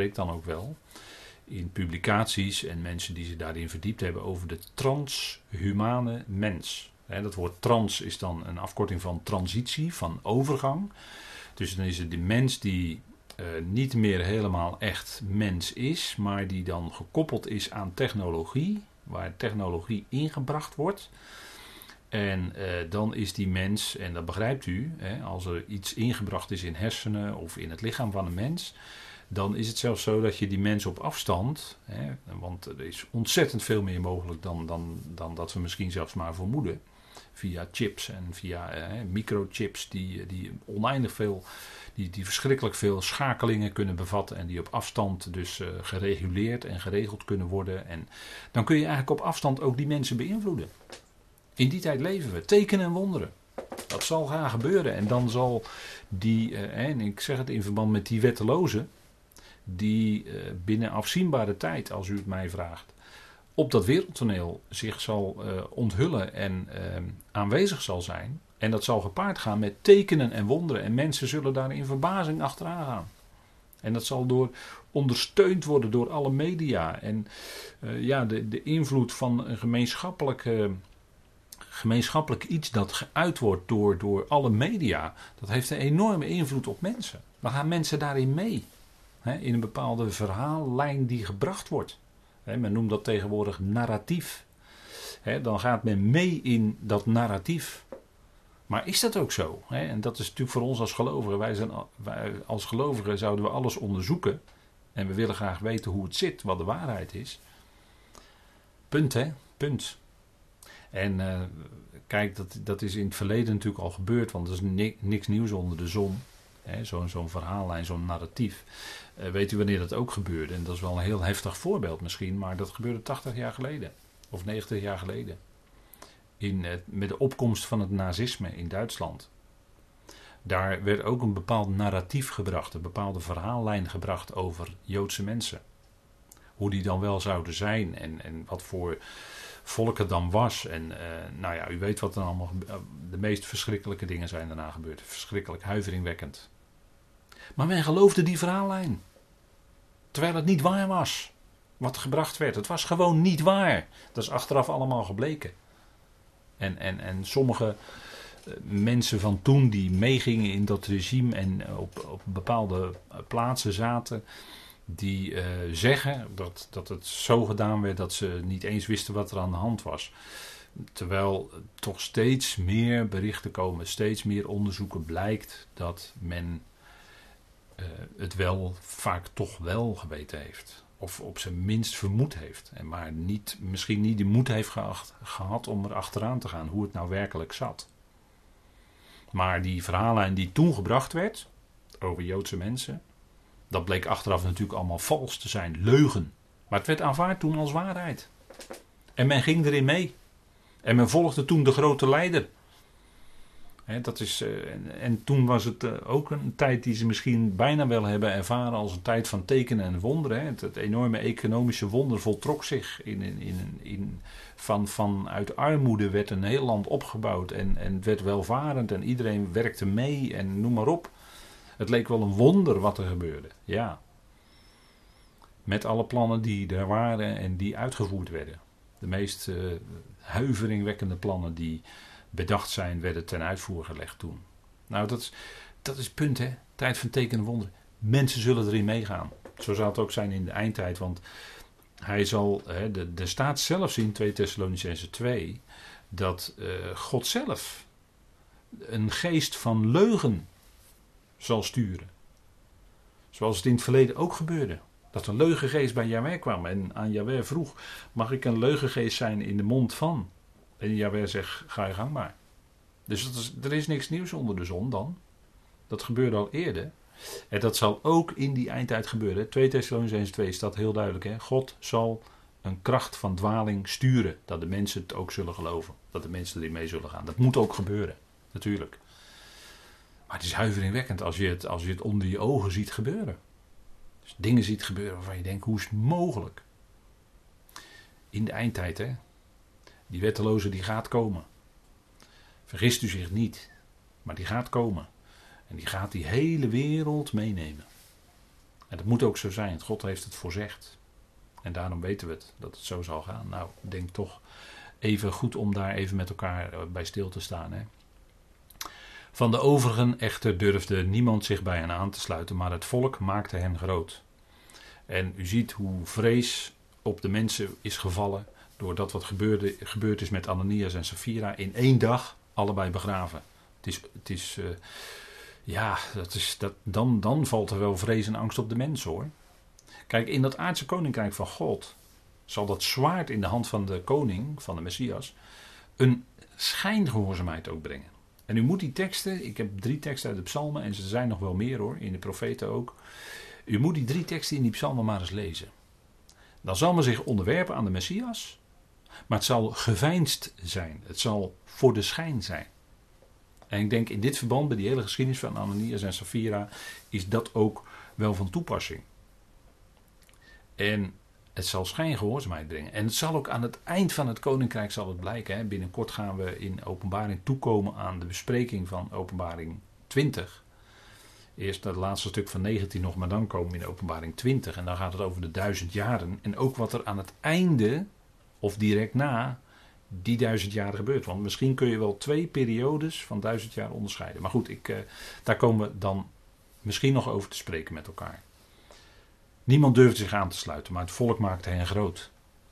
in publicaties en mensen die zich daarin verdiept hebben over de transhumane mens. Dat woord trans is dan een afkorting van transitie, van overgang. Dus dan is het de mens die niet meer helemaal echt mens is, maar die dan gekoppeld is aan technologie, waar technologie ingebracht wordt. En dan is die mens, en dat begrijpt u, als er iets ingebracht is in hersenen of in het lichaam van een mens, dan is het zelfs zo dat je die mens op afstand, want er is ontzettend veel meer mogelijk dan dat we misschien zelfs maar vermoeden, via chips en via microchips die oneindig veel, die verschrikkelijk veel schakelingen kunnen bevatten en die op afstand dus gereguleerd en geregeld kunnen worden. En dan kun je eigenlijk op afstand ook die mensen beïnvloeden. In die tijd leven we. Tekenen en wonderen. Dat zal gaan gebeuren. En dan zal en ik zeg het in verband met die wettelozen, die binnen afzienbare tijd, als u het mij vraagt, op dat wereldtoneel zich zal onthullen en aanwezig zal zijn. En dat zal gepaard gaan met tekenen en wonderen. En mensen zullen daar in verbazing achteraan gaan. En dat zal ondersteund worden door alle media. En de invloed van een gemeenschappelijke gemeenschappelijk iets dat geuit wordt door alle media, dat heeft een enorme invloed op mensen. Dan gaan mensen daarin mee. In een bepaalde verhaallijn die gebracht wordt. Men noemt dat tegenwoordig narratief. Dan gaat men mee in dat narratief. Maar is dat ook zo? En dat is natuurlijk voor ons als gelovigen. Wij als gelovigen zouden we alles onderzoeken. En we willen graag weten hoe het zit, wat de waarheid is. Punt, hè? Punt. En kijk, dat is in het verleden natuurlijk al gebeurd. Want er is niks nieuws onder de zon. Zo'n verhaallijn, zo'n narratief. Weet u wanneer dat ook gebeurde? En dat is wel een heel heftig voorbeeld misschien. Maar dat gebeurde 80 jaar geleden. Of 90 jaar geleden. Met de opkomst van het nazisme in Duitsland. Daar werd ook een bepaald narratief gebracht. Een bepaalde verhaallijn gebracht over Joodse mensen. Hoe die dan wel zouden zijn. En wat voor volk het dan was. En u weet wat er allemaal. De meest verschrikkelijke dingen zijn daarna gebeurd. Verschrikkelijk, huiveringwekkend. Maar men geloofde die verhaallijn. Terwijl het niet waar was. Wat gebracht werd. Het was gewoon niet waar. Dat is achteraf allemaal gebleken. En sommige mensen van toen die meegingen in dat regime en op bepaalde plaatsen zaten, die zeggen dat het zo gedaan werd dat ze niet eens wisten wat er aan de hand was. Terwijl toch steeds meer berichten komen, steeds meer onderzoeken blijkt dat men het wel vaak toch wel geweten heeft. Of op zijn minst vermoed heeft. Maar misschien niet de moed heeft gehad om er achteraan te gaan. Hoe het nou werkelijk zat. Maar die verhaallijn die toen gebracht werd. Over Joodse mensen. Dat bleek achteraf natuurlijk allemaal vals te zijn. Leugen. Maar het werd aanvaard toen als waarheid. En men ging erin mee. En men volgde toen de grote leider. En toen was het ook een tijd die ze misschien bijna wel hebben ervaren als een tijd van tekenen en wonderen. Het enorme economische wonder voltrok zich. Vanuit armoede werd een heel land opgebouwd en werd welvarend en iedereen werkte mee en noem maar op. Het leek wel een wonder wat er gebeurde, ja. Met alle plannen die er waren en die uitgevoerd werden. De meest huiveringwekkende plannen die bedacht zijn, werden ten uitvoer gelegd toen. Nou, dat is het punt, hè. Tijd van tekenen en wonderen. Mensen zullen erin meegaan. Zo zal het ook zijn in de eindtijd, want hij zal, er staat zelfs in 2 Thessalonicenzen 2, dat God zelf een geest van leugen zal sturen. Zoals het in het verleden ook gebeurde. Dat een leugengeest bij Jahweh kwam en aan Jahweh vroeg, mag ik een leugengeest zijn in de mond van? En Jahweh zegt, ga je gang maar. Dus er is niks nieuws onder de zon dan. Dat gebeurde al eerder. En dat zal ook in die eindtijd gebeuren. 2 Thessalonicenzen 2 staat heel duidelijk. Hè? God zal een kracht van dwaling sturen. Dat de mensen het ook zullen geloven. Dat de mensen erin mee zullen gaan. Dat moet ook gebeuren. Natuurlijk. Maar het is huiveringwekkend als je het onder je ogen ziet gebeuren. Dus dingen ziet gebeuren waarvan je denkt, hoe is het mogelijk? In de eindtijd, hè. Die wetteloze die gaat komen. Vergist u zich niet. Maar die gaat komen. En die gaat die hele wereld meenemen. En dat moet ook zo zijn. God heeft het voorzegd. En daarom weten we het, dat het zo zal gaan. Nou, ik denk toch even goed om daar even met elkaar bij stil te staan. Hè. Van de overigen echter durfde niemand zich bij hen aan te sluiten, maar het volk maakte hen groot. En u ziet hoe vrees op de mensen is gevallen doordat wat gebeurd is met Ananias en Safira. In 1 dag allebei begraven. Dan valt er wel vrees en angst op de mensen, hoor. Kijk, in dat aardse koninkrijk van God zal dat zwaard in de hand van de koning, van de Messias, een schijngehoorzaamheid ook brengen. En u moet die teksten, ik heb 3 teksten uit de psalmen en ze zijn nog wel meer, hoor, in de profeten ook. U moet die 3 teksten in die psalmen maar eens lezen. Dan zal men zich onderwerpen aan de Messias, maar het zal geveinsd zijn. Het zal voor de schijn zijn. En ik denk in dit verband, bij die hele geschiedenis van Ananias en Safira, is dat ook wel van toepassing. En het zal schijngehoorzaamheid brengen. En het zal ook aan het eind van het koninkrijk zal het blijken. Hè. Binnenkort gaan we in openbaring toekomen aan de bespreking van openbaring 20. Eerst dat laatste stuk van 19 nog, maar dan komen we in openbaring 20. En dan gaat het over de 1000 jaren. En ook wat er aan het einde, of direct na, die 1000 jaar gebeurt. Want misschien kun je wel 2 periodes van 1000 jaar onderscheiden. Maar goed, daar komen we dan misschien nog over te spreken met elkaar. Niemand durfde zich aan te sluiten, maar het volk maakte hen groot.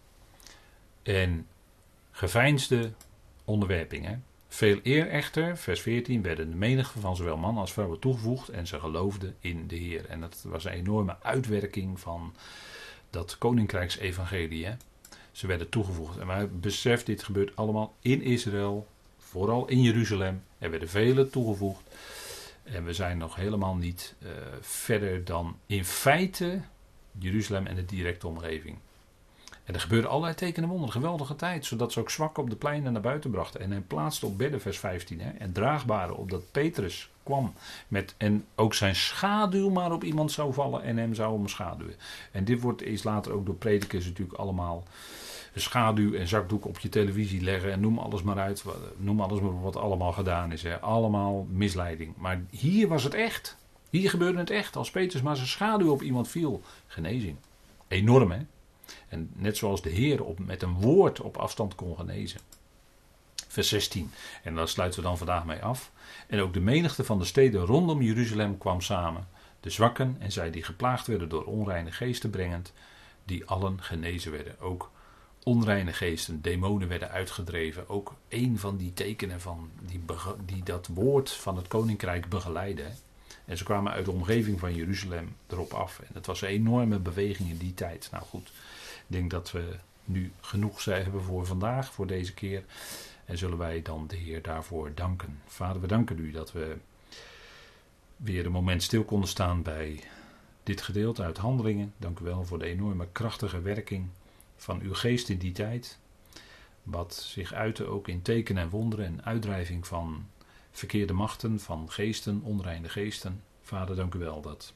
En geveinsde onderwerping. Hè? Veel eer echter, vers 14, werden de menigte van zowel mannen als vrouwen toegevoegd en ze geloofden in de Heer. En dat was een enorme uitwerking van dat koninkrijksevangelie. Hè? Ze werden toegevoegd. En wij beseffen, dit gebeurt allemaal in Israël, vooral in Jeruzalem. Er werden velen toegevoegd. En we zijn nog helemaal niet verder dan in feite Jeruzalem en de directe omgeving. En er gebeurden allerlei tekenen en wonderen. Geweldige tijd. Zodat ze ook zwakken op de pleinen naar buiten brachten. En hen plaatsten op bedden, vers 15. Hè, en draagbaren, opdat Petrus kwam. En ook zijn schaduw maar op iemand zou vallen. En hem zou omschaduwen. En dit is later ook door predikers natuurlijk allemaal. Een schaduw en zakdoek op je televisie leggen. En noem alles maar uit. Noem alles maar wat allemaal gedaan is. Hè. Allemaal misleiding. Maar hier was het echt. Hier gebeurde het echt. Als Petrus maar zijn schaduw op iemand viel. Genezing. Enorm, hè. En net zoals de Heer met een woord op afstand kon genezen. Vers 16. En daar sluiten we dan vandaag mee af. En ook de menigte van de steden rondom Jeruzalem kwam samen. De zwakken en zij die geplaagd werden door onreine geesten brengend. Die allen genezen werden. Ook onreine geesten, demonen werden uitgedreven. Ook een van die tekenen van die dat woord van het koninkrijk begeleiden. En ze kwamen uit de omgeving van Jeruzalem erop af. En het was een enorme beweging in die tijd. Nou goed, ik denk dat we nu genoeg hebben voor vandaag, voor deze keer. En zullen wij dan de Heer daarvoor danken. Vader, we danken u dat we weer een moment stil konden staan bij dit gedeelte uit Handelingen. Dank u wel voor de enorme krachtige werking van uw geest in die tijd. Wat zich uitte ook in tekenen en wonderen en uitdrijving van verkeerde machten, van geesten, onreine geesten. Vader, dank u wel dat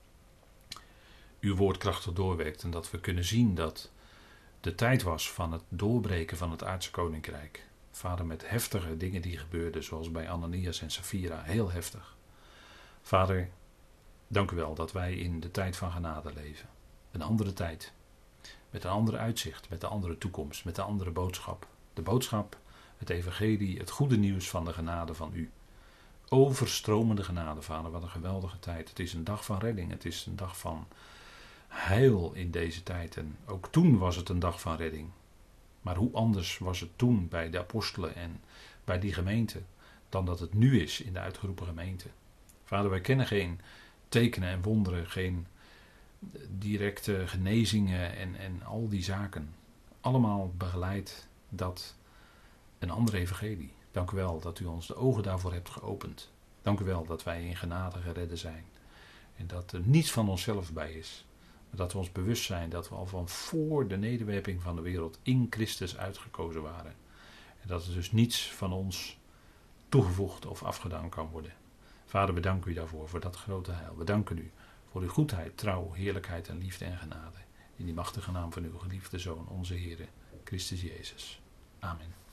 uw woord krachtig doorwerkt en dat we kunnen zien dat de tijd was van het doorbreken van het aardse koninkrijk. Vader, met heftige dingen die gebeurden, zoals bij Ananias en Safira, heel heftig. Vader, dank u wel dat wij in de tijd van genade leven. Een andere tijd, met een ander uitzicht, met een andere toekomst, met een andere boodschap. De boodschap, het evangelie, het goede nieuws van de genade van u. Overstromende genade, Vader, wat een geweldige tijd. Het is een dag van redding, het is een dag van heil in deze tijd. En ook toen was het een dag van redding. Maar hoe anders was het toen bij de apostelen en bij die gemeente, dan dat het nu is in de uitgeroepen gemeente. Vader, wij kennen geen tekenen en wonderen, geen directe genezingen en al die zaken. Allemaal begeleid dat een ander evangelie. Dank u wel dat u ons de ogen daarvoor hebt geopend. Dank u wel dat wij in genade geredden zijn. En dat er niets van onszelf bij is. Maar dat we ons bewust zijn dat we al van voor de nederwerping van de wereld in Christus uitgekozen waren. En dat er dus niets van ons toegevoegd of afgedaan kan worden. Vader, we danken u daarvoor, voor dat grote heil. We danken u voor uw goedheid, trouw, heerlijkheid en liefde en genade. In die machtige naam van uw geliefde Zoon, onze Heere, Christus Jezus. Amen.